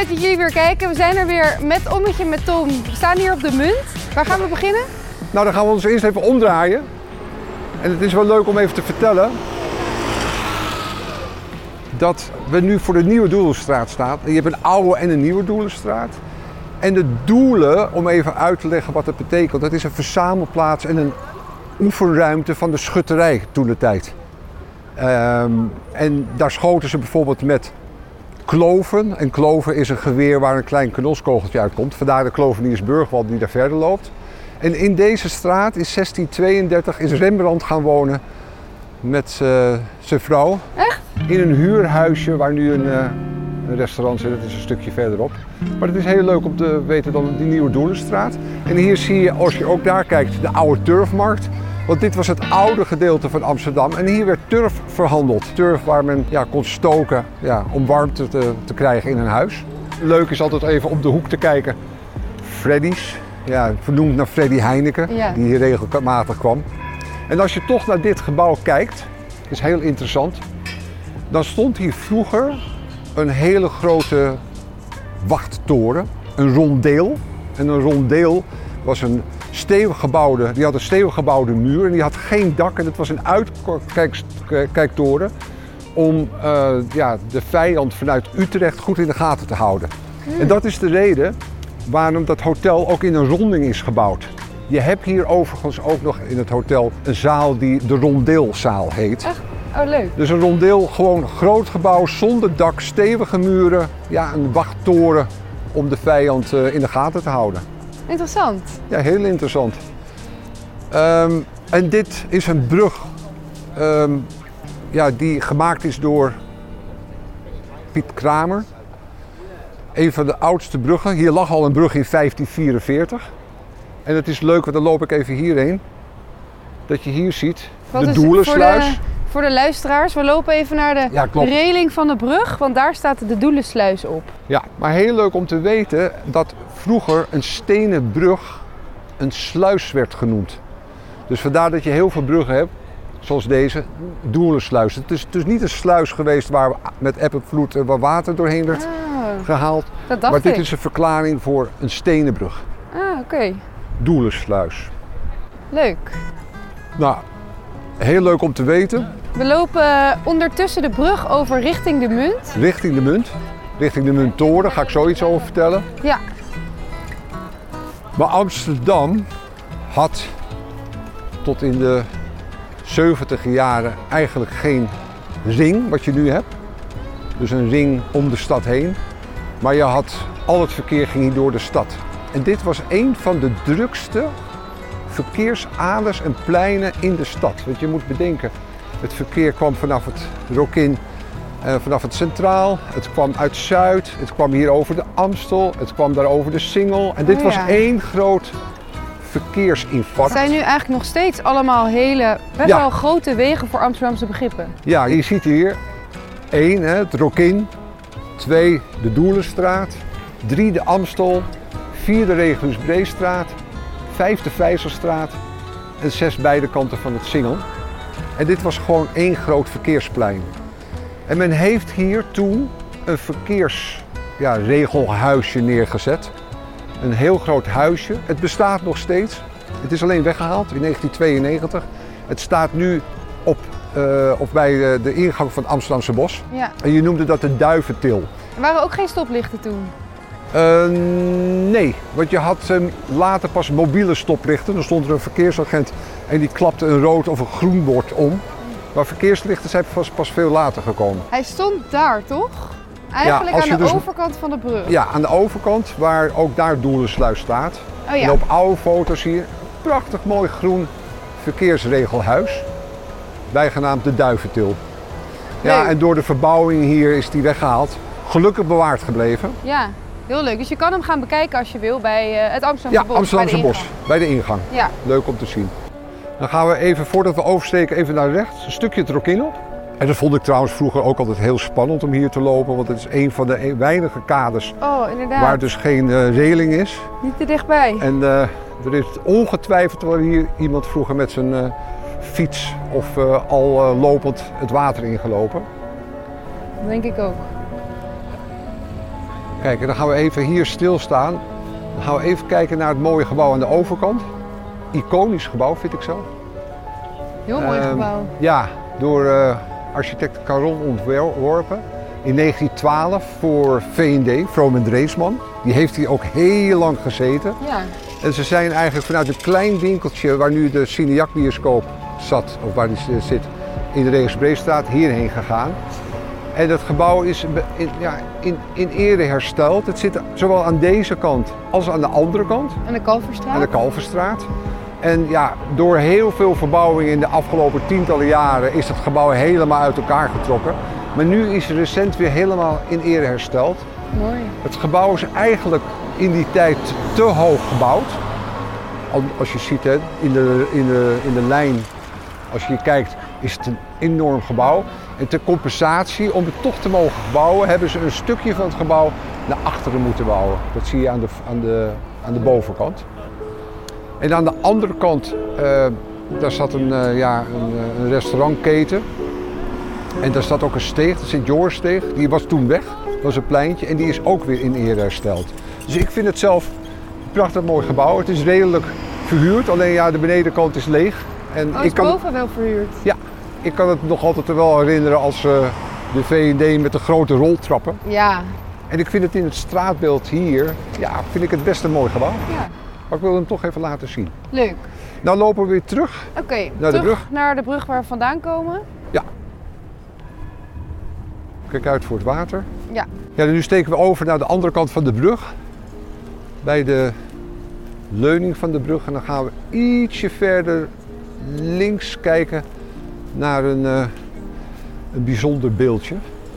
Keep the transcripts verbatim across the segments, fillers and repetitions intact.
leuk dat jullie weer kijken. We zijn er weer met Ommetje met Tom. We staan hier op de Munt. Waar gaan we beginnen? Nou, dan gaan we ons eerst even omdraaien. En het is wel leuk om even te vertellen dat we nu voor de Nieuwe Doelenstraat staan. Je hebt een oude en een nieuwe Doelenstraat. En de Doelen, om even uit te leggen wat dat betekent, dat is een verzamelplaats en een oefenruimte van de schutterij toen de tijd. Um, en daar schoten ze bijvoorbeeld met kloven. En kloven is een geweer waar een klein kanonskogeltje uitkomt. Vandaar de Kloveniersburgwal die daar verder loopt. En in deze straat in zestien tweeëndertig is Rembrandt gaan wonen met uh, zijn vrouw. Echt? In een huurhuisje waar nu een, uh, een restaurant zit. Dat is een stukje verderop. Maar het is heel leuk om te weten dan die Nieuwe Doelenstraat. En hier zie je, als je ook daar kijkt, de oude turfmarkt. Want dit was het oude gedeelte van Amsterdam. En hier werd turf verhandeld. Turf waar men ja, kon stoken ja, om warmte te, te krijgen in een huis. Leuk is altijd even op de hoek te kijken. Freddy's. Ja, vernoemd naar Freddy Heineken, ja. Die hier regelmatig kwam. En als je toch naar dit gebouw kijkt, is heel interessant. Dan stond hier vroeger een hele grote wachttoren, een rondeel. En een rondeel was een stevig gebouwde, die had een stevig gebouwde muur en die had geen dak. En het was een uitkijktoren om uh, ja, de vijand vanuit Utrecht goed in de gaten te houden. Hmm. En dat is de reden waarom dat hotel ook in een ronding is gebouwd. Je hebt hier overigens ook nog in het hotel een zaal die de rondeelzaal heet. Echt? Oh, leuk. Dus een rondeel, gewoon een groot gebouw zonder dak, stevige muren, ja, een wachttoren om de vijand uh, in de gaten te houden. Interessant. Ja, heel interessant. Um, en dit is een brug um, ja, die gemaakt is door Piet Kramer. Een van de oudste bruggen. Hier lag al een brug in vijftien vierenveertig. En het is leuk, want dan loop ik even hierheen. Dat je hier ziet Wat de Doelensluis. Voor de, voor de luisteraars, we lopen even naar de ja, reling van de brug, want daar staat de Doelensluis op. Ja, maar heel leuk om te weten dat vroeger een stenen brug een sluis werd genoemd. Dus vandaar dat je heel veel bruggen hebt, zoals deze, Doelensluis. Het is dus niet een sluis geweest waar met eb en vloed wat water doorheen werd ah, gehaald. Dat dacht maar dit ik. is een verklaring voor een stenen brug. Ah, oké. Okay. Doelensluis. Leuk. Nou, heel leuk om te weten. We lopen ondertussen de brug over richting de Munt. Richting de Munt. Richting de Munttoren, daar ga ik zoiets over vertellen. Ja. Maar Amsterdam had tot in de zeventig jaren eigenlijk geen ring, wat je nu hebt. Dus een ring om de stad heen. Maar je had, al het verkeer ging hier door de stad. En dit was een van de drukste verkeersaders en pleinen in de stad. Want je moet bedenken, het verkeer kwam vanaf het Rokin, uh, vanaf het Centraal. Het kwam uit Zuid, het kwam hier over de Amstel, het kwam daar over de Singel. En dit oh ja. was één groot verkeersinfarct. Het zijn nu eigenlijk nog steeds allemaal hele, best ja. wel grote wegen voor Amsterdamse begrippen. Ja, je ziet hier één, hè, het Rokin, twee, de Doelenstraat, drie, de Amstel, vier, de Regulus-Breestraat, vijf, de Vijzelstraat en zes, beide kanten van het Singel. En dit was gewoon één groot verkeersplein. En men heeft hier toen een verkeersregelhuisje ja, neergezet. Een heel groot huisje. Het bestaat nog steeds. Het is alleen weggehaald in negentien tweeënnegentig. Het staat nu op, uh, of bij de, de ingang van het Amsterdamse Bos. Ja. En je noemde dat de Duiventil. Er waren ook geen stoplichten toen? Uh, nee, want je had um, later pas mobiele stoplichten. Dan stond er een verkeersagent en die klapte een rood of een groen bord om. Maar verkeerslichten zijn pas, pas veel later gekomen. Hij stond daar, toch? Eigenlijk ja, aan de dus, overkant van de brug. Ja, aan de overkant waar ook daar Doelensluis staat. Oh, ja. En op oude foto's hier, prachtig mooi groen verkeersregelhuis. Bijgenaamd de Duiventil. Ja, leuk. En door de verbouwing hier is die weggehaald. Gelukkig bewaard gebleven. Ja, heel leuk. Dus je kan hem gaan bekijken als je wil bij uh, het Amsterdamse ja, Bos. Amsterdamse bij de Bos, bij de ingang. Ja. Leuk om te zien. Dan gaan we even, voordat we oversteken, even naar rechts. Een stukje het Rokin op. En dat vond ik trouwens vroeger ook altijd heel spannend om hier te lopen. Want het is een van de weinige kades oh, inderdaad. waar dus geen uh, reling is. Niet te dichtbij. En uh, er is ongetwijfeld wel hier iemand vroeger met zijn uh, fiets of uh, al uh, lopend het water ingelopen. Dat denk ik ook. Kijk, en dan gaan we even hier stilstaan. Dan gaan we even kijken naar het mooie gebouw aan de overkant. Iconisch gebouw, vind ik zo. Heel mooi Um, gebouw. Ja, door uh, architect Caron ontworpen. In negentien twaalf voor V en D, Vroom en Dreesman. Die heeft hier ook heel lang gezeten. Ja. En ze zijn eigenlijk vanuit een klein winkeltje waar nu de Cineac bioscoop zat, of waar die zit, in de Regensbreestraat, hierheen gegaan. En dat gebouw is in, ja, in, in ere hersteld. Het zit zowel aan deze kant als aan de andere kant. Aan de Kalverstraat? Aan de Kalverstraat. En ja, door heel veel verbouwingen in de afgelopen tientallen jaren is het gebouw helemaal uit elkaar getrokken. Maar nu is het recent weer helemaal in ere hersteld. Mooi. Het gebouw is eigenlijk in die tijd te hoog gebouwd. Als je ziet hè, in, de, in, de, in de lijn, als je kijkt, is het een enorm gebouw. En ter compensatie, om het toch te mogen bouwen, hebben ze een stukje van het gebouw naar achteren moeten bouwen. Dat zie je aan de, aan de, aan de bovenkant. En aan de andere kant, uh, daar zat een, uh, ja, een, een restaurantketen. En daar staat ook een steeg, de Sint-Jorissteeg. Die was toen weg, dat was een pleintje. En die is ook weer in ere hersteld. Dus ik vind het zelf een prachtig mooi gebouw. Het is redelijk verhuurd, alleen ja, de benedenkant is leeg. En oh, is ik kan boven het, wel verhuurd? Ja, ik kan het nog altijd wel herinneren als uh, de V en D met de grote roltrappen. Ja. En ik vind het in het straatbeeld hier, ja, vind ik het best een mooi gebouw. Ja. Maar ik wil hem toch even laten zien. Leuk. Nou lopen we weer terug Oké, okay, naar terug de brug. naar de brug waar we vandaan komen. Ja. Kijk uit voor het water. Ja. Ja, nu steken we over naar de andere kant van de brug. Bij de leuning van de brug. En dan gaan we ietsje verder links kijken naar een, uh, een bijzonder beeldje.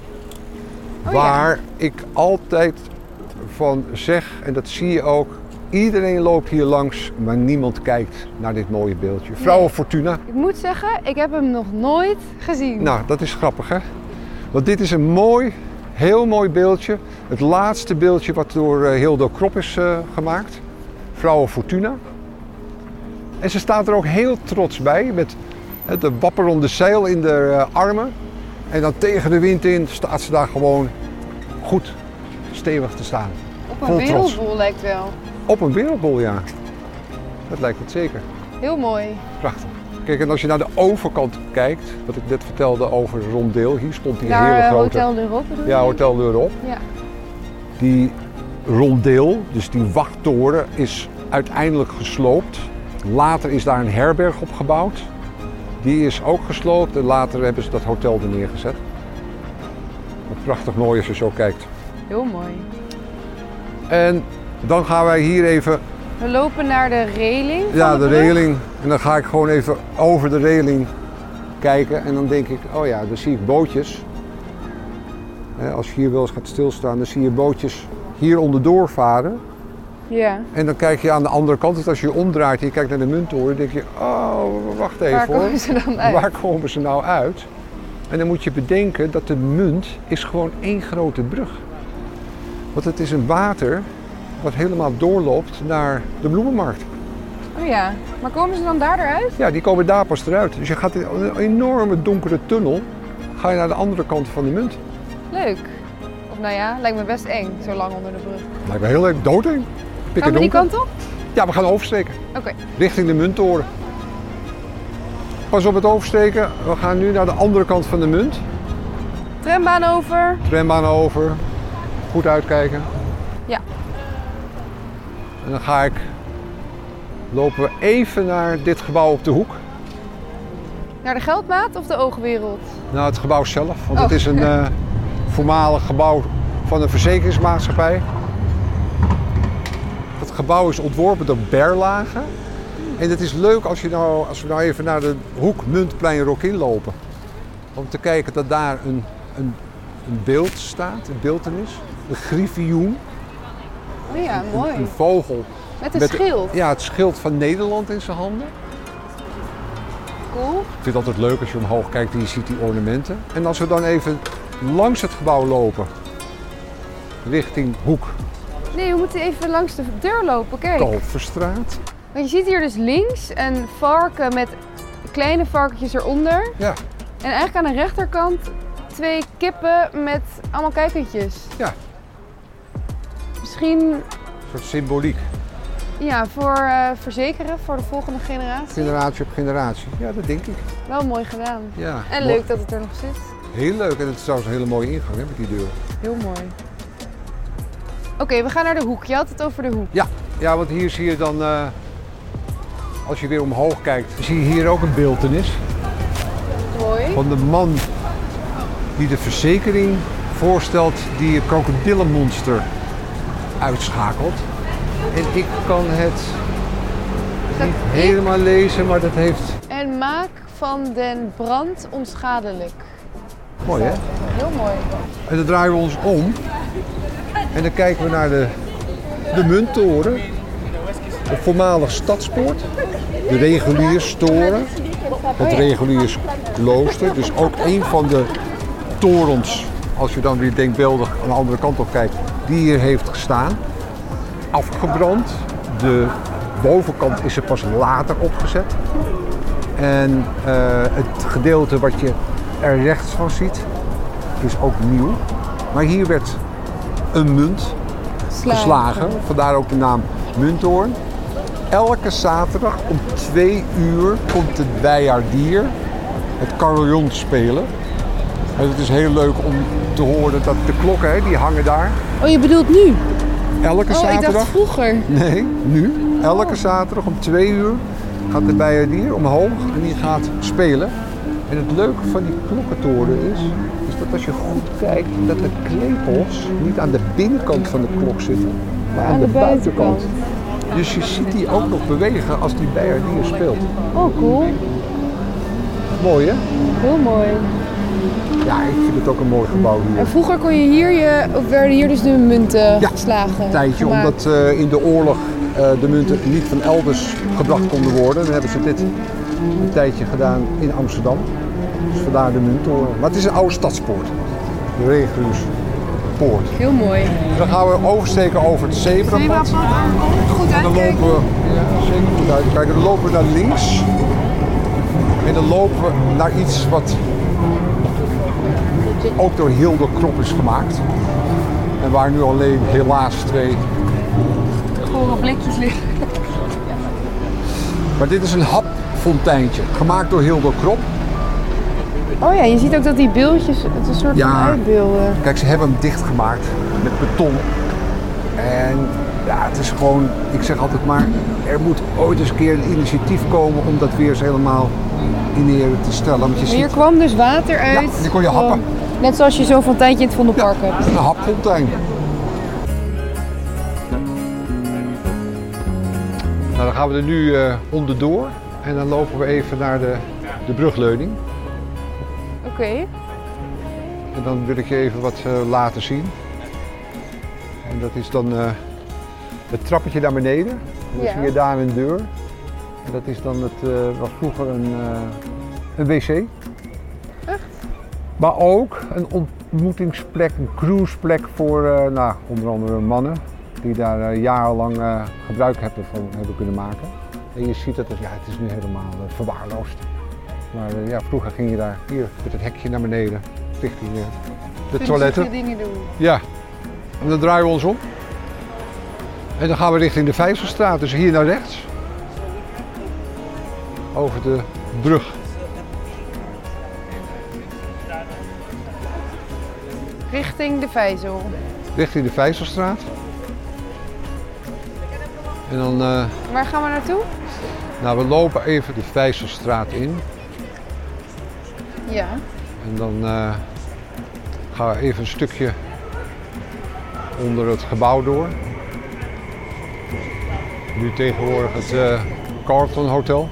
Oh, waar ja. ik altijd van zeg, en dat zie je ook, iedereen loopt hier langs, maar niemand kijkt naar dit mooie beeldje. Vrouwen Nee. Fortuna. Ik moet zeggen, ik heb hem nog nooit gezien. Nou, dat is grappig hè. Want dit is een mooi, heel mooi beeldje. Het laatste beeldje wat door uh, Hildo Krop is uh, gemaakt. Vrouwen Fortuna. En ze staat er ook heel trots bij met uh, de wapperende zeil in de uh, armen. En dan tegen de wind in staat ze daar gewoon goed stevig te staan. Op een Vol trots. wereldbol lijkt wel. Op een wereldbol, ja. Dat lijkt het zeker. Heel mooi. Prachtig. Kijk, en als je naar de overkant kijkt, wat ik net vertelde over Rondeel, hier stond die Naar hele grote... Hotel d'Europe bedoel je? Ja, Hotel d'Europe. Ja. Die rondeel, dus die wachttoren, is uiteindelijk gesloopt. Later is daar een herberg op gebouwd. Die is ook gesloopt en later hebben ze dat hotel er neergezet. Wat prachtig mooi als je zo kijkt. Heel mooi. En dan gaan wij hier even... We lopen naar de reling van Ja, de de brug. reling. En dan ga ik gewoon even over de reling kijken. En dan denk ik, oh ja, dan zie ik bootjes. Als je hier wel eens gaat stilstaan, dan zie je bootjes hier onderdoor varen. Ja. En dan kijk je aan de andere kant, dus als je je omdraait en je kijkt naar de munttoren, dan denk je, oh, wacht even Waar hoor. komen ze dan uit? Waar komen ze nou uit? En dan moet je bedenken dat de munt is gewoon één grote brug. Want het is een water wat helemaal doorloopt naar de bloemenmarkt. Oh ja, maar komen ze dan daar eruit? Ja, die komen daar pas eruit. Dus je gaat in een enorme donkere tunnel, ga je naar de andere kant van de munt. Leuk. Of nou ja, lijkt me best eng, zo lang onder de brug. Lijkt me heel leuk, doodeng. Gaan we die kant op? Ja, we gaan oversteken. Oké. Okay. Richting de munttoren. Pas op het oversteken, we gaan nu naar de andere kant van de munt. Trambaan over. Trambaan over. Goed uitkijken. Ja. En dan ga ik, lopen we even naar dit gebouw op de hoek. Naar de Geldmaat of de Oogwereld? Nou, het gebouw zelf, want oh. het is een uh, voormalig gebouw van een verzekeringsmaatschappij. Het gebouw is ontworpen door Berlage. En het is leuk als, je nou, als we nou even naar de hoek Muntplein Rokin lopen. Om te kijken dat daar een, een, een beeld staat, een beeltenis. Een griffioen. Oh ja, mooi. Een, een vogel. Met een met, schild. Ja, het schild van Nederland in zijn handen. Cool. Ik vind het altijd leuk als je omhoog kijkt en je ziet die ornamenten. En als we dan even langs het gebouw lopen, richting hoek. Nee, we moeten even langs de deur lopen, kijk. Kalverstraat. Want je ziet hier dus links een varken met kleine varkentjes eronder. Ja. En eigenlijk aan de rechterkant twee kippen met allemaal kuikentjes. Ja. misschien... Een soort symboliek. Ja, voor uh, verzekeren, voor de volgende generatie. Generatie op generatie, ja, dat denk ik. Wel mooi gedaan. Ja, en mooi. Leuk dat het er nog zit. Heel leuk en het is trouwens een hele mooie ingang hè, met die deur. Heel mooi. Oké, okay, we gaan naar de hoek. Je had het over de hoek. Ja, ja want hier zie je dan, uh, als je weer omhoog kijkt, zie je hier ook een beeltenis. Mooi. Van de man die de verzekering voorstelt die het krokodillenmonster uitschakelt. En ik kan het niet helemaal lezen, maar dat heeft... En maak van den brand onschadelijk. Mooi hè? Heel mooi. En dan draaien we ons om. En dan kijken we naar de, de Munttoren. De voormalig stadspoort. De Regulierstoren. Het Reguliersklooster. Dus ook een van de torens, als je dan weer denkbeeldig aan de andere kant op kijkt, die hier heeft gestaan. Afgebrand. De bovenkant is er pas later opgezet. En uh, het gedeelte wat je er rechts van ziet, is ook nieuw. Maar hier werd een munt Slagen. geslagen, vandaar ook de naam Munttoren. Elke zaterdag om twee uur komt het bijaardier het carillon spelen. En het is heel leuk om te horen dat de klokken, hè, die hangen daar. Oh, je bedoelt nu? Elke oh, zaterdag. Ik dacht vroeger. Nee, nu. Elke zaterdag om twee uur gaat de bijaardier omhoog en die gaat spelen. En het leuke van die klokkentoren is, is dat als je goed kijkt, dat de klepels niet aan de binnenkant van de klok zitten, maar aan, aan de, de buitenkant. buitenkant. Dus je ziet die ook nog bewegen als die bijaardier speelt. Oh, cool. Mooi hè? Heel mooi. Ja, ik vind het ook een mooi gebouw hier. En vroeger kon je hier, je, of werden hier dus de munten ja, geslagen? Een tijdje, gemaakt. omdat uh, in de oorlog uh, de munten niet van elders gebracht konden worden. Dan hebben ze dit een tijdje gedaan in Amsterdam. Dus vandaar de Munttoren. Maar het is een oude stadspoort. De Regulierspoort. Heel mooi. Dan gaan we oversteken over het zebrapad. Goed en dan lopen we, ja, zeker goed uitkijken. Dan lopen we naar links. En dan lopen we naar iets wat ook door Hilde Krop is gemaakt. En waar nu alleen helaas twee gore blikjes liggen. Maar dit is een hapfonteintje, gemaakt door Hilde Krop. Oh ja, je ziet ook dat die beeldjes, het is een soort ja, van uitbeelden. Kijk, ze hebben hem dichtgemaakt met beton. En ja, het is gewoon, ik zeg altijd maar, er moet ooit eens een keer een initiatief komen om dat weer eens helemaal in ere te stellen. Want je maar ziet, hier kwam dus water uit. Ja, die kon je happen. Net zoals je zo'n fonteintje in het Vondelpark ja, hebt. Een hapfontein. Nou, dan gaan we er nu uh, onderdoor en dan lopen we even naar de, de brugleuning. Oké. Okay. En dan wil ik je even wat uh, laten zien. En dat is dan uh, het trappetje naar beneden. En dan ja. zie je daar een deur. En dat is dan het, uh, was vroeger een, uh, een wc. Echt? Maar ook een ontmoetingsplek, een cruiseplek voor uh, nou, onder andere mannen. Die daar uh, jarenlang uh, gebruik hebben, van hebben kunnen maken. En je ziet dat het, ja, het is nu helemaal uh, verwaarloosd. Maar uh, ja, vroeger ging je daar hier met het hekje naar beneden, richting uh, de Kun toiletten. Je dingen doen. Ja, en dan draaien we ons om. En dan gaan we richting de Vijzelstraat, dus hier naar rechts. Over de brug. Richting de Vijzel. Richting de Vijzelstraat. En dan... Uh, Waar gaan we naartoe? Nou, we lopen even de Vijzelstraat in. Ja. En dan uh, gaan we even een stukje onder het gebouw door. Nu tegenwoordig het uh, Carlton Hotel.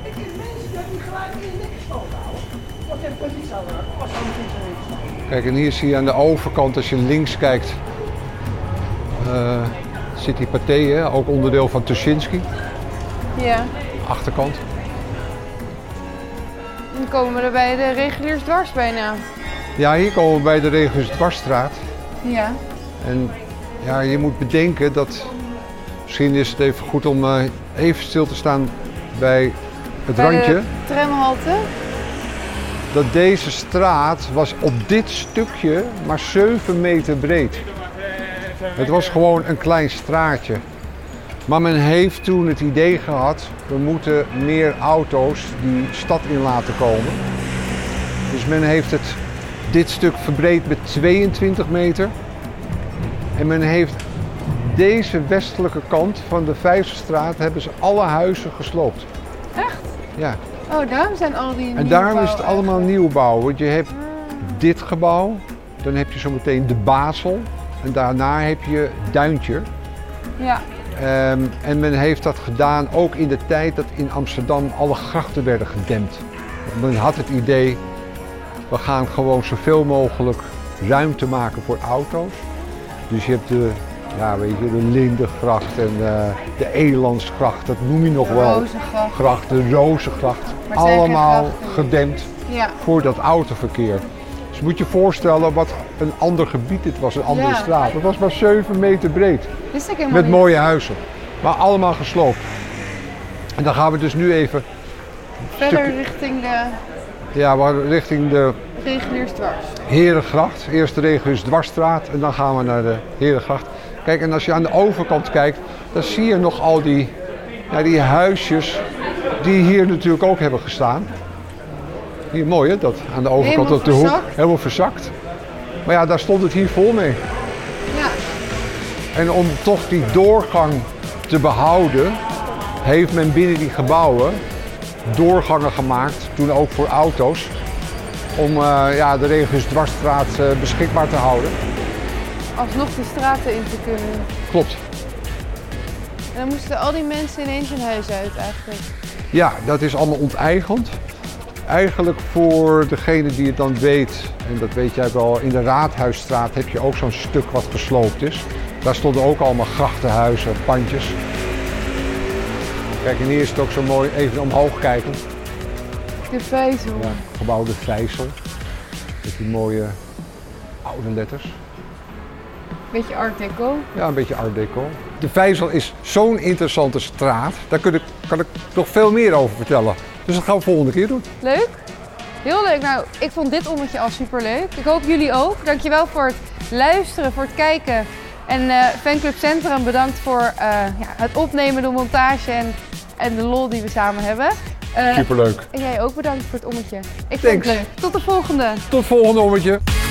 Kijk, en hier zie je aan de overkant, als je links kijkt, uh, zit die Pathé, hè? Ook onderdeel van Tuschinski. Ja. Achterkant. Dan komen we bij de Reguliersdwars bijna. Ja, hier komen we bij de Reguliersdwarsstraat. Ja. En ja, je moet bedenken dat, misschien is het even goed om uh, even stil te staan bij het bij randje. De tramhalte. Dat deze straat was op dit stukje maar zeven meter breed. Het was gewoon een klein straatje. Maar men heeft toen het idee gehad, we moeten meer auto's die stad in laten komen. Dus men heeft het, dit stuk verbreed met tweeëntwintig meter. En men heeft deze westelijke kant van de Vijzelstraat hebben ze alle huizen gesloopt. Echt? Ja. Oh, daarom zijn al die En daarom is het allemaal nieuwbouw. Want je hebt dit gebouw, dan heb je zometeen de Basel en daarna heb je Duintje. Ja. Um, en men heeft dat gedaan ook in de tijd dat in Amsterdam alle grachten werden gedempt. Men had het idee, we gaan gewoon zoveel mogelijk ruimte maken voor auto's. Dus je hebt de, ja, weet je, de Lindengracht en uh, de Elandsgracht, dat noem je nog de wel. Rozengracht. Gracht, de Rozengracht. Allemaal gedempt ja. voor dat autoverkeer. Dus moet je je voorstellen wat een ander gebied dit was, een andere ja. straat. Het was maar zeven meter breed. Wist ik helemaal met niet. mooie huizen. Maar allemaal gesloopt. En dan gaan we dus nu even... Verder stukje, richting de... Ja, we richting de... Reguliersdwars. Herengracht. Eerst de Reguliersdwarsstraat en dan gaan we naar de Herengracht. Kijk, en als je aan de overkant kijkt, dan zie je nog al die, ja, die huisjes die hier natuurlijk ook hebben gestaan. Hier, mooi hè, dat aan de overkant op de hoek. Helemaal verzakt. Maar ja, daar stond het hier vol mee. Ja. En om toch die doorgang te behouden, heeft men binnen die gebouwen doorgangen gemaakt, toen ook voor auto's, om uh, ja, de Reguliersdwarsstraat uh, beschikbaar te houden. Alsnog de straten in te kunnen. Klopt. En dan moesten al die mensen ineens hun huis uit eigenlijk. Ja, dat is allemaal onteigend. Eigenlijk voor degene die het dan weet, en dat weet jij wel, in de Raadhuisstraat heb je ook zo'n stuk wat gesloopt is. Daar stonden ook allemaal grachtenhuizen, pandjes. Kijk, en hier is het ook zo mooi, even omhoog kijken. De Vijzel. Ja, gebouw de Vijzel. Met die mooie oude letters. Beetje art deco. Ja, een beetje art deco. De Vijzel is zo'n interessante straat, daar kan ik, kan ik nog veel meer over vertellen. Dus dat gaan we volgende keer doen. Leuk. Heel leuk. Nou, ik vond dit ommetje al superleuk. Ik hoop jullie ook. Dankjewel voor het luisteren, voor het kijken. En uh, Fanclub Centrum bedankt voor uh, ja, het opnemen, de montage en, en de lol die we samen hebben. Uh, Superleuk. En jij ook bedankt voor het ommetje. Ik vond Thanks. het leuk. Tot de volgende. Tot het volgende ommetje.